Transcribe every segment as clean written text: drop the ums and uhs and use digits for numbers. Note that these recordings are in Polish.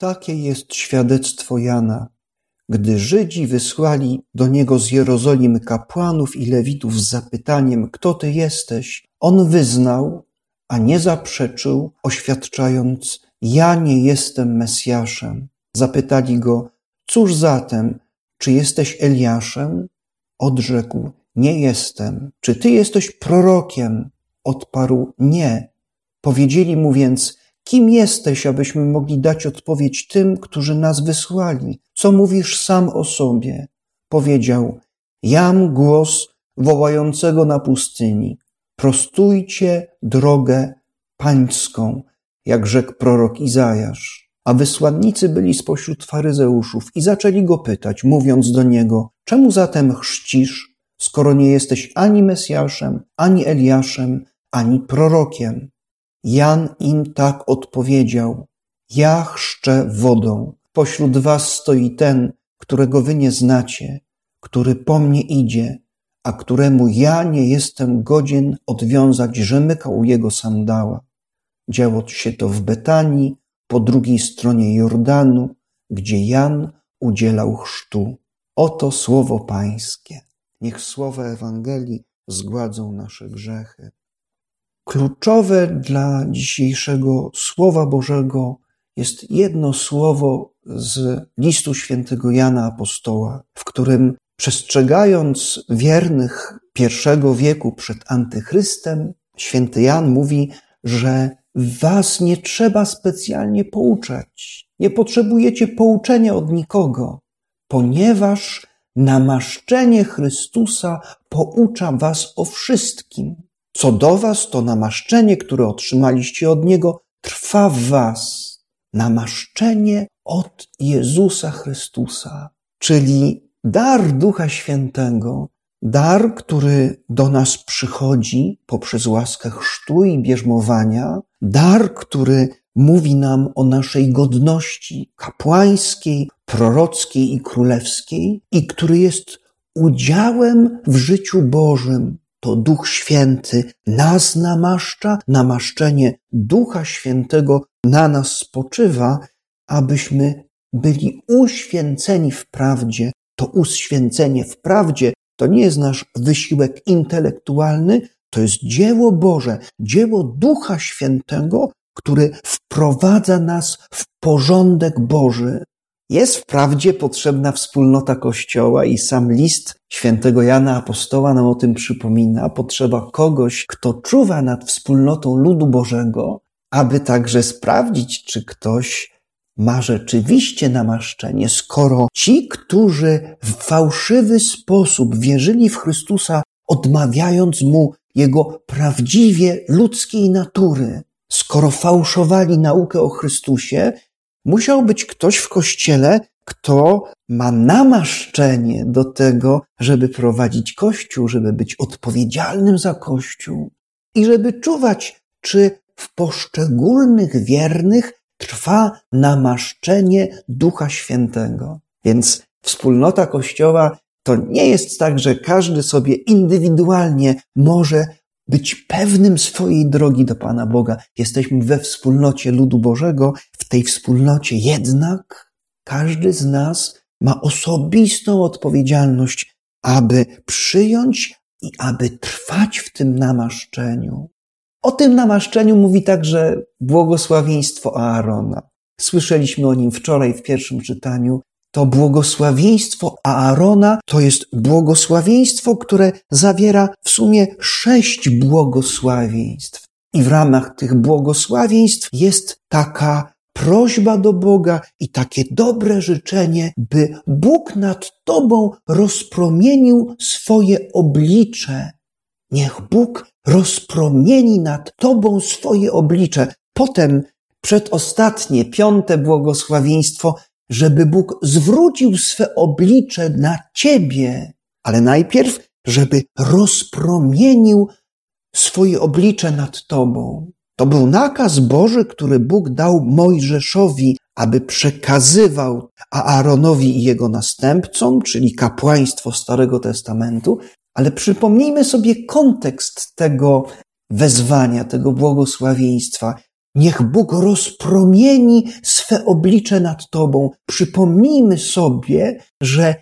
Takie jest świadectwo Jana. Gdy Żydzi wysłali do niego z Jerozolimy kapłanów i lewitów z zapytaniem, kto ty jesteś, on wyznał, a nie zaprzeczył, oświadczając, ja nie jestem Mesjaszem. Zapytali go, cóż zatem, czy jesteś Eliaszem? Odrzekł, nie jestem. Czy ty jesteś prorokiem? Odparł, nie. Powiedzieli mu więc, kim jesteś, abyśmy mogli dać odpowiedź tym, którzy nas wysłali? Co mówisz sam o sobie? Powiedział, jam głos wołającego na pustyni. Prostujcie drogę pańską, jak rzekł prorok Izajasz. A wysłannicy byli spośród faryzeuszów i zaczęli go pytać, mówiąc do niego, czemu zatem chrzcisz, skoro nie jesteś ani Mesjaszem, ani Eliaszem, ani prorokiem? Jan im tak odpowiedział, ja chrzczę wodą. Pośród was stoi ten, którego wy nie znacie, który po mnie idzie, a któremu ja nie jestem godzien odwiązać rzemyka u jego sandała. Działo się to w Betanii, po drugiej stronie Jordanu, gdzie Jan udzielał chrztu. Oto słowo Pańskie. Niech słowa Ewangelii zgładzą nasze grzechy. Kluczowe dla dzisiejszego Słowa Bożego jest jedno słowo z listu świętego Jana Apostoła, w którym przestrzegając wiernych I wieku przed antychrystem, święty Jan mówi, że was nie trzeba specjalnie pouczać. Nie potrzebujecie pouczenia od nikogo, ponieważ namaszczenie Chrystusa poucza was o wszystkim. Co do was, to namaszczenie, które otrzymaliście od Niego, trwa w was. Namaszczenie od Jezusa Chrystusa, czyli dar Ducha Świętego, dar, który do nas przychodzi poprzez łaskę chrztu i bierzmowania, dar, który mówi nam o naszej godności kapłańskiej, prorockiej i królewskiej i który jest udziałem w życiu Bożym. To Duch Święty nas namaszcza, namaszczenie Ducha Świętego na nas spoczywa, abyśmy byli uświęceni w prawdzie. To uświęcenie w prawdzie to nie jest nasz wysiłek intelektualny, to jest dzieło Boże, dzieło Ducha Świętego, który wprowadza nas w porządek Boży. Jest wprawdzie potrzebna wspólnota Kościoła i sam list świętego Jana Apostoła nam o tym przypomina. Potrzeba kogoś, kto czuwa nad wspólnotą ludu Bożego, aby także sprawdzić, czy ktoś ma rzeczywiście namaszczenie, skoro ci, którzy w fałszywy sposób wierzyli w Chrystusa, odmawiając Mu Jego prawdziwie ludzkiej natury, skoro fałszowali naukę o Chrystusie, musiał być ktoś w Kościele, kto ma namaszczenie do tego, żeby prowadzić Kościół, żeby być odpowiedzialnym za Kościół i żeby czuwać, czy w poszczególnych wiernych trwa namaszczenie Ducha Świętego. Więc wspólnota Kościoła to nie jest tak, że każdy sobie indywidualnie może być pewnym swojej drogi do Pana Boga. Jesteśmy we wspólnocie ludu Bożego, w tej wspólnocie jednak każdy z nas ma osobistą odpowiedzialność, aby przyjąć i aby trwać w tym namaszczeniu. O tym namaszczeniu mówi także błogosławieństwo Aarona. Słyszeliśmy o nim wczoraj w pierwszym czytaniu. To błogosławieństwo Aarona to jest błogosławieństwo, które zawiera w sumie 6 błogosławieństw. I w ramach tych błogosławieństw jest taka prośba do Boga i takie dobre życzenie, by Bóg nad tobą rozpromienił swoje oblicze. Niech Bóg rozpromieni nad tobą swoje oblicze. Potem przedostatnie, 5. błogosławieństwo, żeby Bóg zwrócił swe oblicze na ciebie, ale najpierw, żeby rozpromienił swoje oblicze nad tobą. To był nakaz Boży, który Bóg dał Mojżeszowi, aby przekazywał Aaronowi i jego następcom, czyli kapłaństwo Starego Testamentu, ale przypomnijmy sobie kontekst tego wezwania, tego błogosławieństwa. Niech Bóg rozpromieni swe oblicze nad tobą. Przypomnijmy sobie, że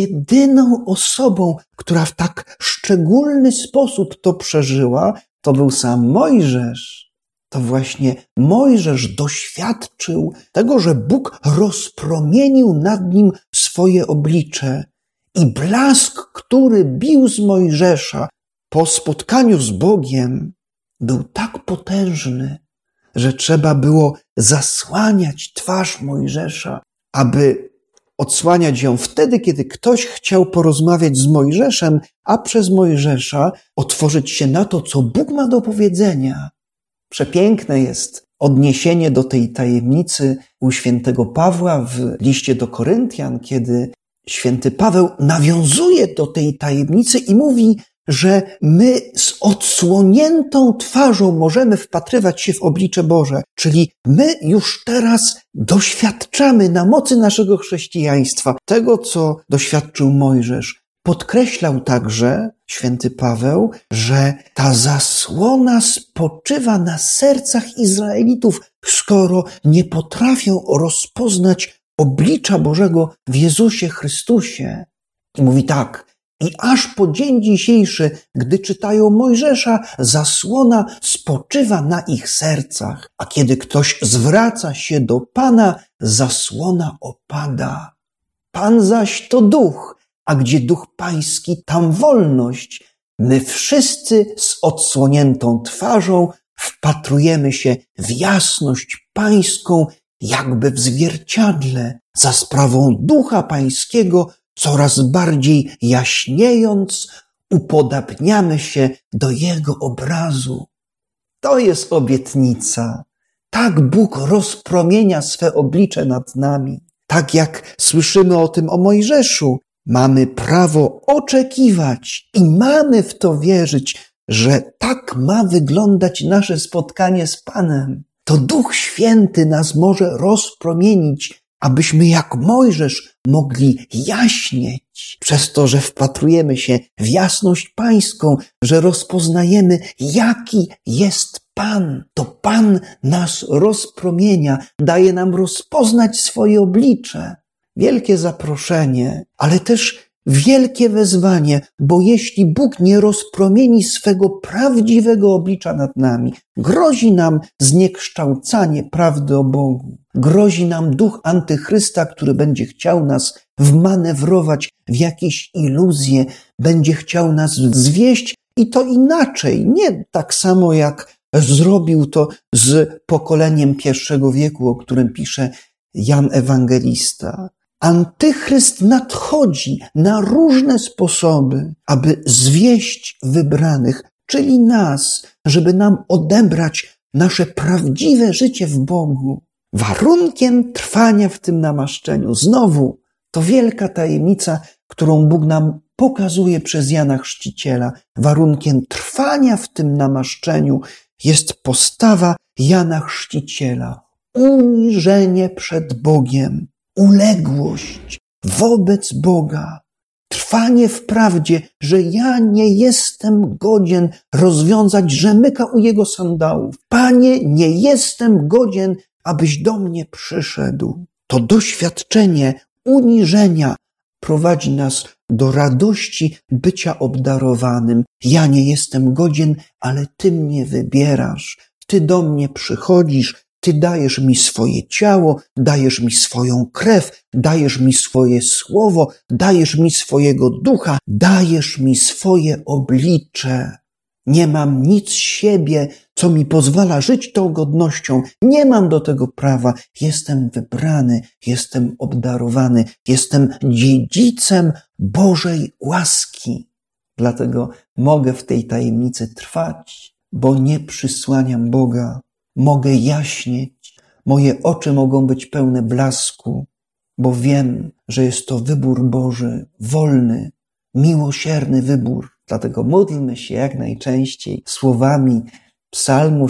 jedyną osobą, która w tak szczególny sposób to przeżyła, to był sam Mojżesz. To właśnie Mojżesz doświadczył tego, że Bóg rozpromienił nad nim swoje oblicze. I blask, który bił z Mojżesza po spotkaniu z Bogiem, był tak potężny, że trzeba było zasłaniać twarz Mojżesza, aby odsłaniać ją wtedy, kiedy ktoś chciał porozmawiać z Mojżeszem, a przez Mojżesza otworzyć się na to, co Bóg ma do powiedzenia. Przepiękne jest odniesienie do tej tajemnicy u świętego Pawła w liście do Koryntian, kiedy święty Paweł nawiązuje do tej tajemnicy i mówi, że my z odsłoniętą twarzą możemy wpatrywać się w oblicze Boże. Czyli my już teraz doświadczamy na mocy naszego chrześcijaństwa tego, co doświadczył Mojżesz. Podkreślał także święty Paweł, że ta zasłona spoczywa na sercach Izraelitów, skoro nie potrafią rozpoznać oblicza Bożego w Jezusie Chrystusie. I mówi tak: i aż po dzień dzisiejszy, gdy czytają Mojżesza, zasłona spoczywa na ich sercach, a kiedy ktoś zwraca się do Pana, zasłona opada. Pan zaś to duch, a gdzie duch pański, tam wolność. My wszyscy z odsłoniętą twarzą wpatrujemy się w jasność pańską, jakby w zwierciadle, za sprawą ducha pańskiego, coraz bardziej jaśniejąc, upodabniamy się do Jego obrazu. To jest obietnica. Tak Bóg rozpromienia swe oblicze nad nami. Tak jak słyszymy o tym o Mojżeszu, mamy prawo oczekiwać i mamy w to wierzyć, że tak ma wyglądać nasze spotkanie z Panem. To Duch Święty nas może rozpromienić, abyśmy jak Mojżesz mogli jaśnieć przez to, że wpatrujemy się w jasność pańską, że rozpoznajemy, jaki jest Pan. To Pan nas rozpromienia, daje nam rozpoznać swoje oblicze. Wielkie zaproszenie, ale też wielkie wezwanie, bo jeśli Bóg nie rozpromieni swego prawdziwego oblicza nad nami, grozi nam zniekształcanie prawdy o Bogu. Grozi nam duch antychrysta, który będzie chciał nas wmanewrować w jakieś iluzje, będzie chciał nas zwieść i to inaczej, nie tak samo jak zrobił to z pokoleniem I wieku, o którym pisze Jan Ewangelista. Antychryst nadchodzi na różne sposoby, aby zwieść wybranych, czyli nas, żeby nam odebrać nasze prawdziwe życie w Bogu. Warunkiem trwania w tym namaszczeniu, znowu, to wielka tajemnica, którą Bóg nam pokazuje przez Jana Chrzciciela. Warunkiem trwania w tym namaszczeniu jest postawa Jana Chrzciciela. Uniżenie przed Bogiem, uległość wobec Boga, trwanie w prawdzie, że ja nie jestem godzien rozwiązać rzemyka u Jego sandałów. Panie, nie jestem godzien, abyś do mnie przyszedł. To doświadczenie uniżenia prowadzi nas do radości bycia obdarowanym. Ja nie jestem godzien, ale Ty mnie wybierasz. Ty do mnie przychodzisz, Ty dajesz mi swoje ciało, dajesz mi swoją krew, dajesz mi swoje słowo, dajesz mi swojego ducha, dajesz mi swoje oblicze. Nie mam nic z siebie, co mi pozwala żyć tą godnością. Nie mam do tego prawa. Jestem wybrany, jestem obdarowany, jestem dziedzicem Bożej łaski. Dlatego mogę w tej tajemnicy trwać, bo nie przysłaniam Boga. Mogę jaśnieć, moje oczy mogą być pełne blasku, bo wiem, że jest to wybór Boży, wolny, miłosierny wybór. Dlatego módlmy się jak najczęściej słowami Psalmu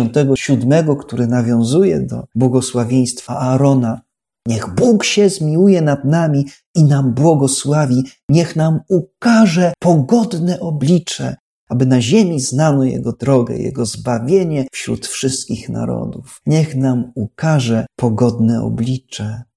67, który nawiązuje do błogosławieństwa Aarona. Niech Bóg się zmiłuje nad nami i nam błogosławi. Niech nam ukaże pogodne oblicze, aby na ziemi znano Jego drogę, Jego zbawienie wśród wszystkich narodów. Niech nam ukaże pogodne oblicze